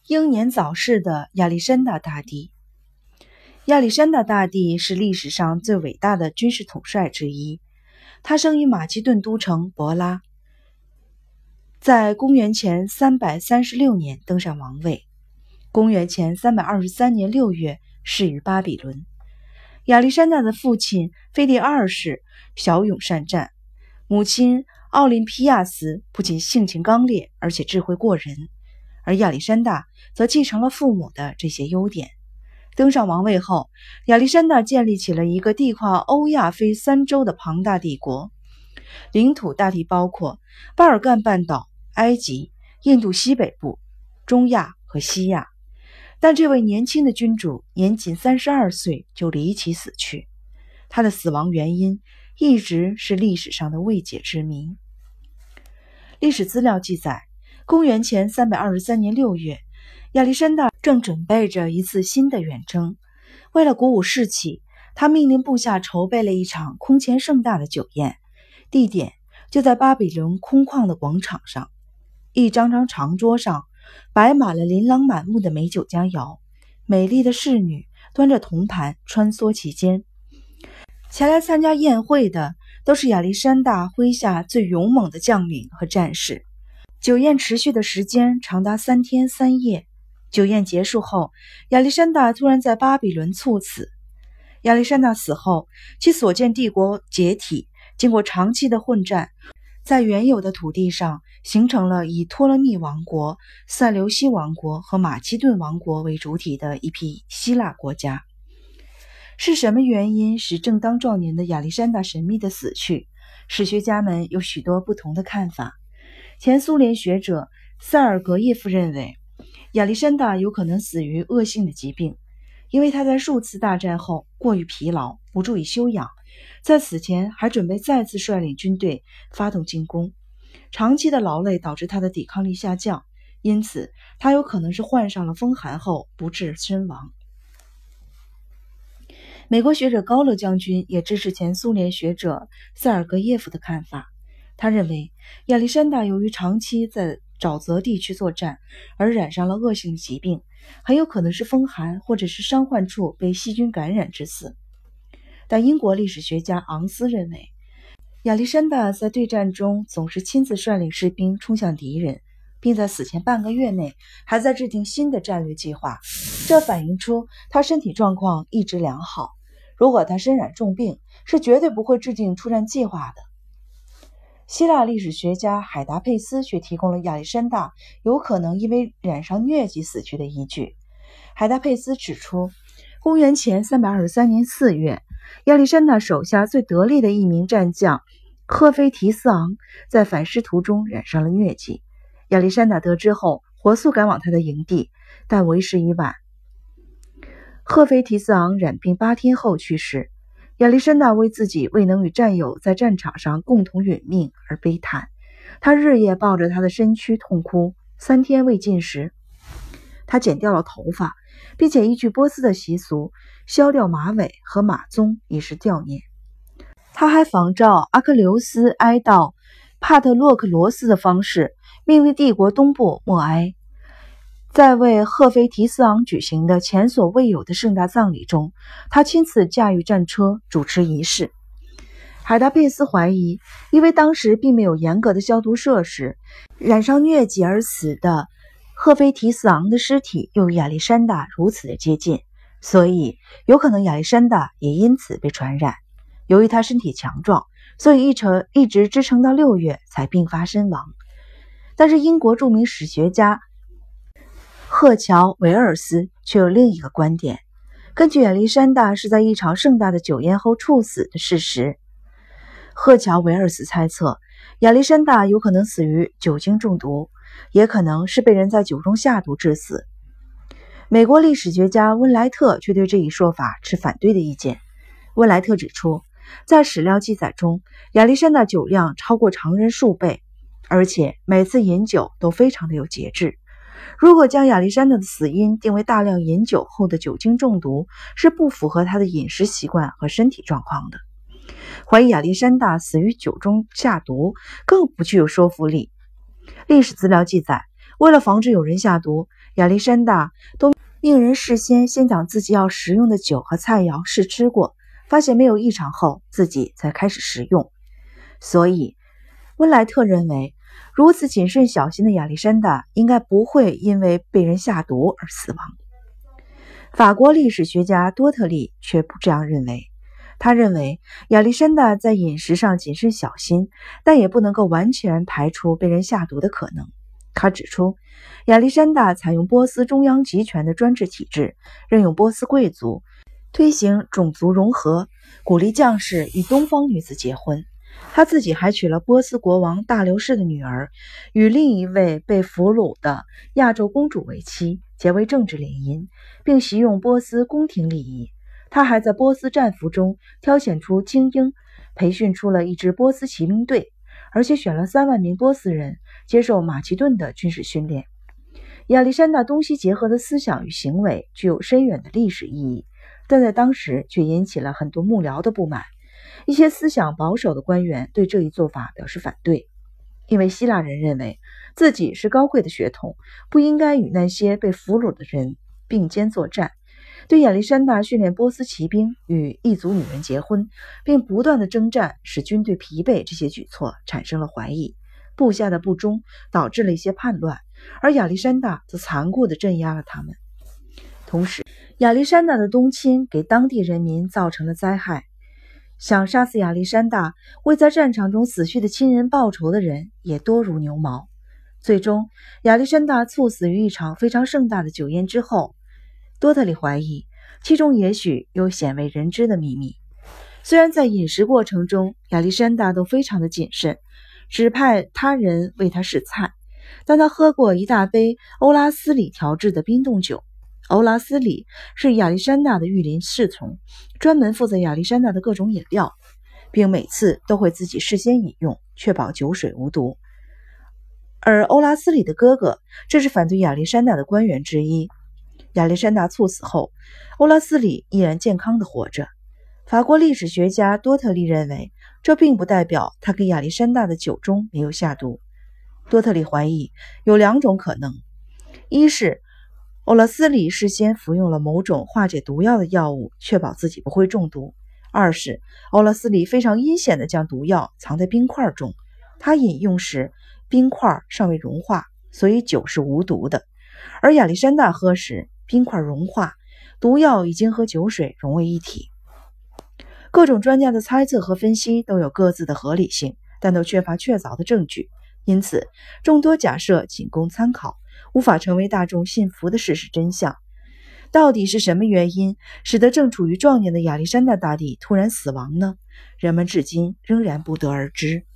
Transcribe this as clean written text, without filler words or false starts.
英年早逝的亚历山大大帝。亚历山大大帝是历史上最伟大的军事统帅之一。他生于马其顿都城博拉，在公元前336年登上王位。公元前323年6月逝于巴比伦。亚历山大的父亲腓力二世骁勇善战，母亲奥林匹亚斯不仅性情刚烈，而且智慧过人，而亚历山大则继承了父母的这些优点。登上王位后，亚历山大建立起了一个地跨欧亚非三洲的庞大帝国，领土大体包括巴尔干半岛、埃及、印度西北部、中亚和西亚。但这位年轻的君主年仅32岁就离奇死去，他的死亡原因一直是历史上的未解之谜。历史资料记载，公元前323年6月，亚历山大正准备着一次新的远征。为了鼓舞士气，他命令部下筹备了一场空前盛大的酒宴，地点就在巴比伦空旷的广场上。一张张长桌上摆满了琳琅满目的美酒佳肴，美丽的侍女端着铜盘穿梭其间。前来参加宴会的都是亚历山大麾下最勇猛的将领和战士。酒宴持续的时间长达3天3夜。酒宴结束后，亚历山大突然在巴比伦猝死。亚历山大死后，其所建帝国解体，经过长期的混战，在原有的土地上形成了以托勒密王国、塞琉西王国和马其顿王国为主体的一批希腊国家。是什么原因使正当壮年的亚历山大神秘的死去？史学家们有许多不同的看法。前苏联学者塞尔格耶夫认为，亚历山大有可能死于恶性的疾病，因为他在数次大战后过于疲劳，不注意休养，在死前还准备再次率领军队发动进攻。长期的劳累导致他的抵抗力下降，因此他有可能是患上了风寒后不治身亡。美国学者高勒将军也支持前苏联学者塞尔格耶夫的看法。他认为亚历山大由于长期在沼泽地区作战而染上了恶性疾病，很有可能是风寒或者是伤患处被细菌感染致死。但英国历史学家昂斯认为，亚历山大在对战中总是亲自率领士兵冲向敌人，并在死前半个月内还在制定新的战略计划，这反映出他身体状况一直良好。如果他身染重病，是绝对不会制定出战计划的。希腊历史学家海达佩斯却提供了亚历山大有可能因为染上疟疾死去的依据。海达佩斯指出，公元前323年4月，亚历山大手下最得力的一名战将赫菲提斯昂在反师途中染上了疟疾。亚历山大得知后火速赶往他的营地，但为时已晚。赫菲提斯昂染病8天后去世。亚历山大为自己未能与战友在战场上共同殒命而悲叹，他日夜抱着他的身躯痛哭。3天未进食，他剪掉了头发，并且依据波斯的习俗削掉马尾和马鬃以示悼念。他还仿照阿克琉斯哀悼帕特洛克罗斯的方式，命令帝国东部默哀。在为赫菲提斯昂举行的前所未有的盛大葬礼中，他亲自驾驭战车主持仪式。海达佩斯怀疑，因为当时并没有严格的消毒设施，染上疟疾而死的赫菲提斯昂的尸体又与亚历山大如此的接近，所以有可能亚历山大也因此被传染。由于他身体强壮，所以一直支撑到6月才病发身亡。但是英国著名史学家赫乔·维尔斯却有另一个观点。根据亚历山大是在一场盛大的酒宴后猝死的事实，赫乔·维尔斯猜测亚历山大有可能死于酒精中毒，也可能是被人在酒中下毒致死。美国历史学家温莱特却对这一说法持反对的意见。温莱特指出，在史料记载中，亚历山大酒量超过常人数倍，而且每次饮酒都非常的有节制。如果将亚历山大的死因定为大量饮酒后的酒精中毒，是不符合他的饮食习惯和身体状况的。怀疑亚历山大死于酒中下毒更不具有说服力。历史资料记载，为了防止有人下毒， 亚历山大都命人事先将自己要食用的酒和菜肴试吃过，发现没有异常后，自己才开始食用。所以温莱特认为，如此谨慎小心的亚历山大应该不会因为被人下毒而死亡。法国历史学家多特利却不这样认为，他认为亚历山大在饮食上谨慎小心，但也不能够完全排除被人下毒的可能。他指出，亚历山大采用波斯中央集权的专制体制，任用波斯贵族，推行种族融合，鼓励将士与东方女子结婚。他自己还娶了波斯国王大流士的女儿，与另一位被俘虏的亚洲公主为妻，结为政治联姻，并习用波斯宫廷礼仪。他还在波斯战俘中挑选出精英，培训出了一支波斯骑兵队，而且选了3万名波斯人接受马其顿的军事训练。亚历山大东西结合的思想与行为具有深远的历史意义，但在当时却引起了很多幕僚的不满。一些思想保守的官员对这一做法表示反对，因为希腊人认为自己是高贵的血统，不应该与那些被俘虏的人并肩作战。对亚历山大训练波斯骑兵与异族女人结婚，并不断的征战使军队疲惫这些举措产生了怀疑。部下的不忠导致了一些叛乱，而亚历山大则残酷地镇压了他们。同时，亚历山大的东侵给当地人民造成了灾害。想杀死亚历山大为在战场中死去的亲人报仇的人也多如牛毛。最终，亚历山大猝死于一场非常盛大的酒宴之后。多特利怀疑，其中也许有鲜为人知的秘密。虽然在饮食过程中，亚历山大都非常的谨慎，指派他人为他试菜，但他喝过一大杯欧拉斯里调制的冰冻酒。欧拉斯里是亚历山大的御林侍从，专门负责亚历山大的各种饮料，并每次都会自己事先饮用，确保酒水无毒。而欧拉斯里的哥哥，这是反对亚历山大的官员之一。亚历山大猝死后，欧拉斯里依然健康地活着。法国历史学家多特利认为，这并不代表他给亚历山大的酒中没有下毒。多特利怀疑有2种可能：一是欧拉斯里事先服用了某种化解毒药的药物，确保自己不会中毒；二是欧拉斯里非常阴险地将毒药藏在冰块中，他饮用时冰块尚未融化，所以酒是无毒的。而亚历山大喝时，冰块融化，毒药已经和酒水融为一体。各种专家的猜测和分析都有各自的合理性，但都缺乏确凿的证据，因此众多假设仅供参考，无法成为大众信服的事实真相。到底是什么原因使得正处于壮年的亚历山大大帝突然死亡呢？人们至今仍然不得而知。